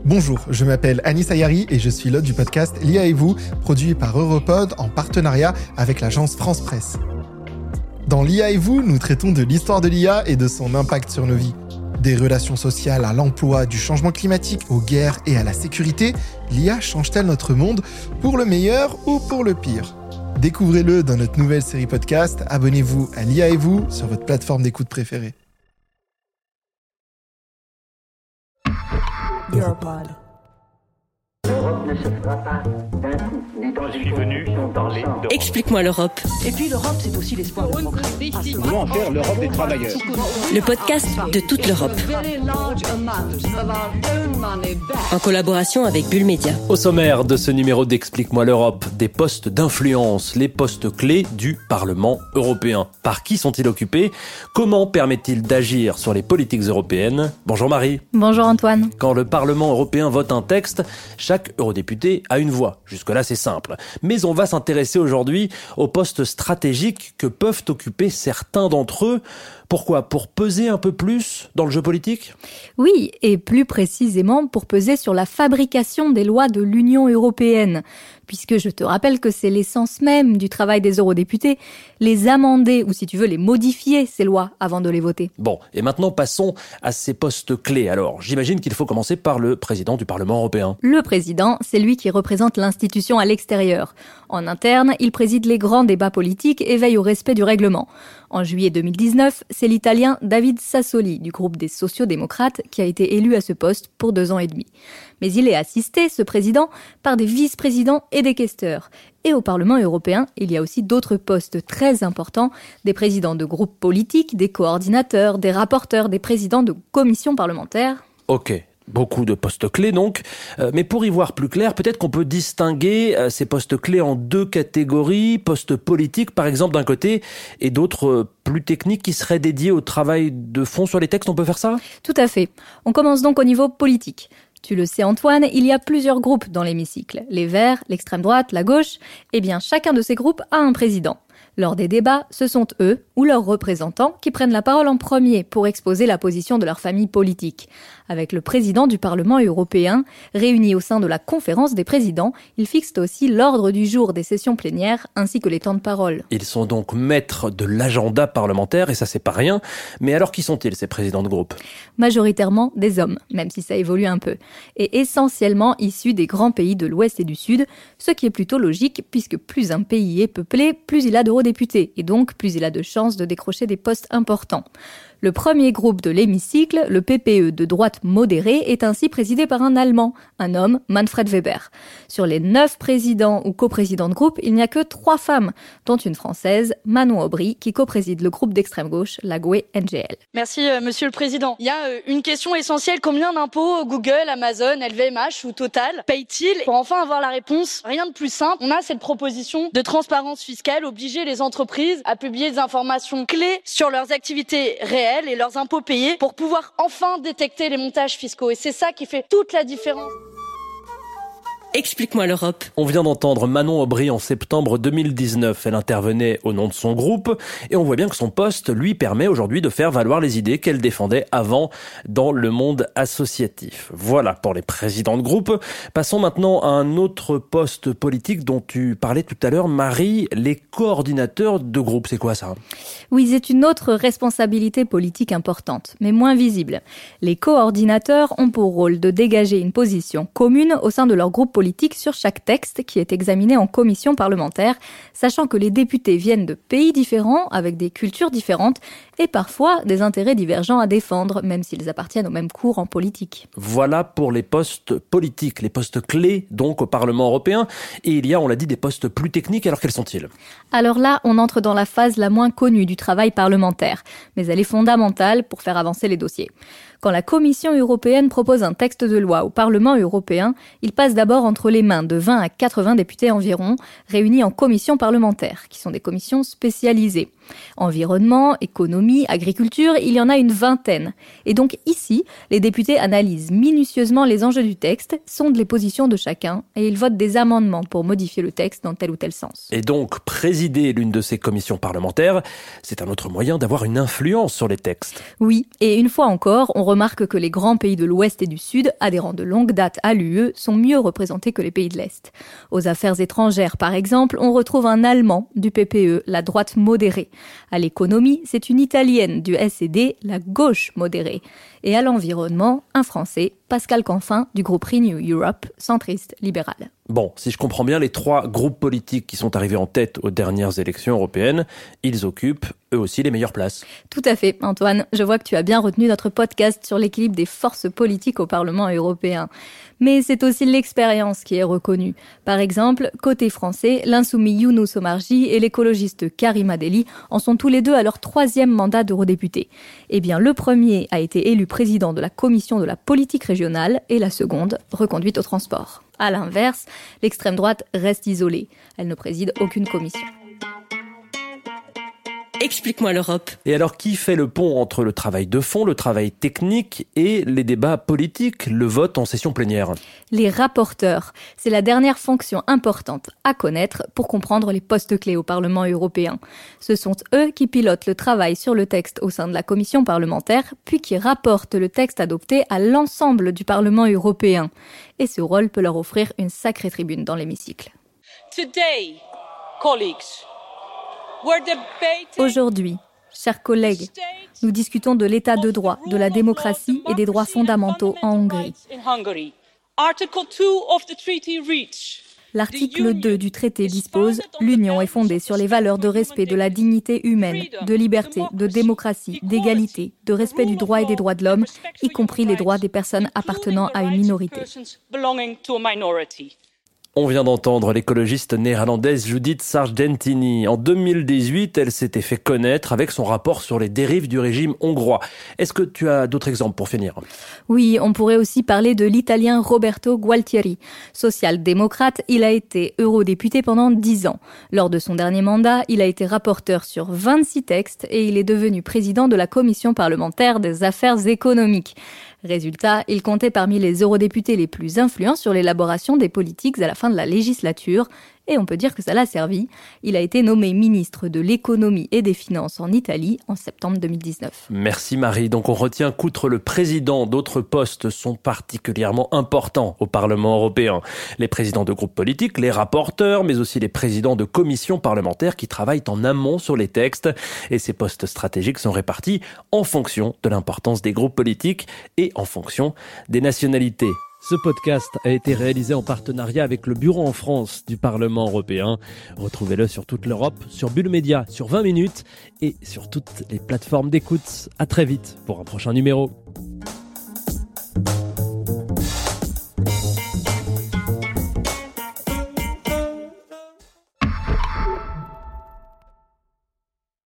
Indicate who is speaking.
Speaker 1: Bonjour, je m'appelle Anis Ayari et je suis l'hôte du podcast L'IA et vous, produit par Europod en partenariat avec l'agence France Presse. Dans L'IA et vous, nous traitons de l'histoire de l'IA et de son impact sur nos vies. Des relations sociales à l'emploi, du changement climatique aux guerres et à la sécurité, l'IA change-t-elle notre monde pour le meilleur ou pour le pire ? Découvrez-le dans notre nouvelle série podcast. Abonnez-vous à L'IA et vous sur votre plateforme d'écoute préférée.
Speaker 2: Europod.
Speaker 3: L'Europe ne se fera pas d'un coup, ni dans une convention d'ensemble.
Speaker 4: Explique-moi l'Europe.
Speaker 2: Et puis l'Europe, c'est aussi l'espoir de progrès.
Speaker 5: Nous voulons en faire l'Europe des travailleurs.
Speaker 4: Le podcast de toute l'Europe. En collaboration avec Bull Media.
Speaker 6: Au sommaire de ce numéro d'Explique-moi l'Europe, des postes d'influence, les postes clés du Parlement européen. Par qui sont-ils occupés ? Comment permettent-ils d'agir sur les politiques européennes ? Bonjour Marie.
Speaker 7: Bonjour Antoine.
Speaker 6: Quand le Parlement européen vote un texte, chaque eurodéputé a une voix. Jusque-là, c'est simple. Mais on va s'intéresser aujourd'hui aux postes stratégiques que peuvent occuper certains d'entre eux. Pourquoi ? Pour peser un peu plus dans le jeu politique ?
Speaker 7: Oui, et plus précisément pour peser sur la fabrication des lois de l'Union européenne. Puisque je te rappelle que c'est l'essence même du travail des eurodéputés, les amender, ou si tu veux, les modifier, ces lois, avant de les voter.
Speaker 6: Bon, et maintenant passons à ces postes clés. Alors, j'imagine qu'il faut commencer par le président du Parlement européen.
Speaker 7: Le président, c'est lui qui représente l'institution à l'extérieur. En interne, il préside les grands débats politiques et veille au respect du règlement. En juillet 2019, c'est l'Italien David Sassoli, du groupe des sociaux-démocrates, qui a été élu à ce poste pour 2 ans et demi. Mais il est assisté, ce président, par des vice-présidents et des questeurs. Et au Parlement européen, il y a aussi d'autres postes très importants, des présidents de groupes politiques, des coordinateurs, des rapporteurs, des présidents de commissions parlementaires.
Speaker 6: Ok. Beaucoup de postes clés donc, mais pour y voir plus clair, peut-être qu'on peut distinguer ces postes clés en 2 catégories, postes politiques par exemple d'un côté, et d'autres plus techniques qui seraient dédiés au travail de fond sur les textes, on peut faire ça ?
Speaker 7: Tout à fait. On commence donc au niveau politique. Tu le sais Antoine, il y a plusieurs groupes dans l'hémicycle. Les Verts, l'extrême droite, la gauche. Eh bien, chacun de ces groupes a un président. Lors des débats, ce sont eux, ou leurs représentants, qui prennent la parole en premier pour exposer la position de leur famille politique. Avec le président du Parlement européen, réuni au sein de la conférence des présidents, ils fixent aussi l'ordre du jour des sessions plénières ainsi que les temps de parole.
Speaker 6: Ils sont donc maîtres de l'agenda parlementaire, et ça c'est pas rien. Mais alors qui sont-ils ces présidents de groupe ?
Speaker 7: Majoritairement des hommes, même si ça évolue un peu. Et essentiellement issus des grands pays de l'Ouest et du Sud, ce qui est plutôt logique puisque plus un pays est peuplé, plus il a d'eurodéputés, et donc plus il a de chances de décrocher des postes importants. Le premier groupe de l'hémicycle, le PPE de droite modérée, est ainsi présidé par un Allemand, un homme, Manfred Weber. Sur les 9 présidents ou coprésidents de groupe, il n'y a que 3 femmes, dont une Française, Manon Aubry, qui copréside le groupe d'extrême gauche, la GUE-NGL.
Speaker 8: Merci, Monsieur le Président. Il y a une question essentielle. Combien d'impôts Google, Amazon, LVMH ou Total payent-ils ? Pour enfin avoir la réponse, rien de plus simple. On a cette proposition de transparence fiscale, obliger les entreprises à publier des informations clés sur leurs activités réelles et leurs impôts payés pour pouvoir enfin détecter les montages fiscaux. Et c'est ça qui fait toute la différence.
Speaker 4: Explique-moi l'Europe.
Speaker 6: On vient d'entendre Manon Aubry en septembre 2019. Elle intervenait au nom de son groupe et on voit bien que son poste lui permet aujourd'hui de faire valoir les idées qu'elle défendait avant dans le monde associatif. Voilà pour les présidents de groupe. Passons maintenant à un autre poste politique dont tu parlais tout à l'heure, Marie, les coordinateurs de groupe. C'est quoi ça ?
Speaker 7: Oui, c'est une autre responsabilité politique importante, mais moins visible. Les coordinateurs ont pour rôle de dégager une position commune au sein de leur groupe politique sur chaque texte qui est examiné en commission parlementaire, sachant que les députés viennent de pays différents, avec des cultures différentes et parfois des intérêts divergents à défendre, même s'ils appartiennent au même courant politique.
Speaker 6: Voilà pour les postes politiques, les postes clés donc au Parlement européen. Et il y a, on l'a dit, des postes plus techniques. Alors quels sont-ils ?
Speaker 7: Alors là, on entre dans la phase la moins connue du travail parlementaire, mais elle est fondamentale pour faire avancer les dossiers. Quand la Commission européenne propose un texte de loi au Parlement européen, il passe d'abord entre les mains de 20 à 80 députés environ, réunis en commissions parlementaires, qui sont des commissions spécialisées. Environnement, économie, agriculture, il y en a une vingtaine. Et donc ici, les députés analysent minutieusement les enjeux du texte, sondent les positions de chacun et ils votent des amendements pour modifier le texte dans tel ou tel sens.
Speaker 6: Et donc, présider l'une de ces commissions parlementaires, c'est un autre moyen d'avoir une influence sur les textes.
Speaker 7: Oui, et une fois encore, on remarque que les grands pays de l'Ouest et du Sud, adhérents de longue date à l'UE, sont mieux représentés que les pays de l'Est. Aux affaires étrangères, par exemple, on retrouve un Allemand du PPE, la droite modérée. À l'économie, c'est une Italienne du SED, la gauche modérée. Et à l'environnement, un Français, Pascal Canfin, du groupe Renew Europe, centriste libéral.
Speaker 6: Bon, si je comprends bien, les trois groupes politiques qui sont arrivés en tête aux dernières élections européennes, ils occupent eux aussi les meilleures places.
Speaker 7: Tout à fait, Antoine. Je vois que tu as bien retenu notre podcast sur l'équilibre des forces politiques au Parlement européen. Mais c'est aussi l'expérience qui est reconnue. Par exemple, côté français, l'insoumis Younous Omarjee et l'écologiste Karima Delli en sont tous les deux à leur 3e mandat d'eurodéputé. Eh bien, le premier a été élu président de la commission de la politique régionale et la seconde, reconduite au transport. À l'inverse, l'extrême droite reste isolée. Elle ne préside aucune commission.
Speaker 4: Explique-moi l'Europe.
Speaker 6: Et alors, qui fait le pont entre le travail de fond, le travail technique et les débats politiques, le vote en session plénière ?
Speaker 7: Les rapporteurs. C'est la dernière fonction importante à connaître pour comprendre les postes clés au Parlement européen. Ce sont eux qui pilotent le travail sur le texte au sein de la commission parlementaire, puis qui rapportent le texte adopté à l'ensemble du Parlement européen. Et ce rôle peut leur offrir une sacrée tribune dans l'hémicycle.
Speaker 9: Today, colleagues,
Speaker 7: aujourd'hui, chers collègues, nous discutons de l'état de droit, de la démocratie et des droits fondamentaux en Hongrie. L'article 2 du traité dispose « L'Union est fondée sur les valeurs de respect de la dignité humaine, de liberté, de démocratie, d'égalité, de respect du droit et des droits de l'homme, y compris les droits des personnes appartenant à une minorité ».
Speaker 6: On vient d'entendre l'écologiste néerlandaise Judith Sargentini. En 2018, elle s'était fait connaître avec son rapport sur les dérives du régime hongrois. Est-ce que tu as d'autres exemples pour finir ?
Speaker 7: Oui, on pourrait aussi parler de l'Italien Roberto Gualtieri. Social-démocrate, il a été eurodéputé pendant 10 ans. Lors de son dernier mandat, il a été rapporteur sur 26 textes et il est devenu président de la commission parlementaire des affaires économiques. Résultat, il comptait parmi les eurodéputés les plus influents sur l'élaboration des politiques à la fin de la législature. Et on peut dire que ça l'a servi. Il a été nommé ministre de l'économie et des finances en Italie en septembre 2019.
Speaker 6: Merci Marie. Donc on retient qu'outre le président, d'autres postes sont particulièrement importants au Parlement européen. Les présidents de groupes politiques, les rapporteurs, mais aussi les présidents de commissions parlementaires qui travaillent en amont sur les textes. Et ces postes stratégiques sont répartis en fonction de l'importance des groupes politiques et en fonction des nationalités. Ce podcast a été réalisé en partenariat avec le Bureau en France du Parlement européen. Retrouvez-le sur toute l'Europe, sur Bulle Média, sur 20 minutes et sur toutes les plateformes d'écoute. À très vite pour un prochain numéro.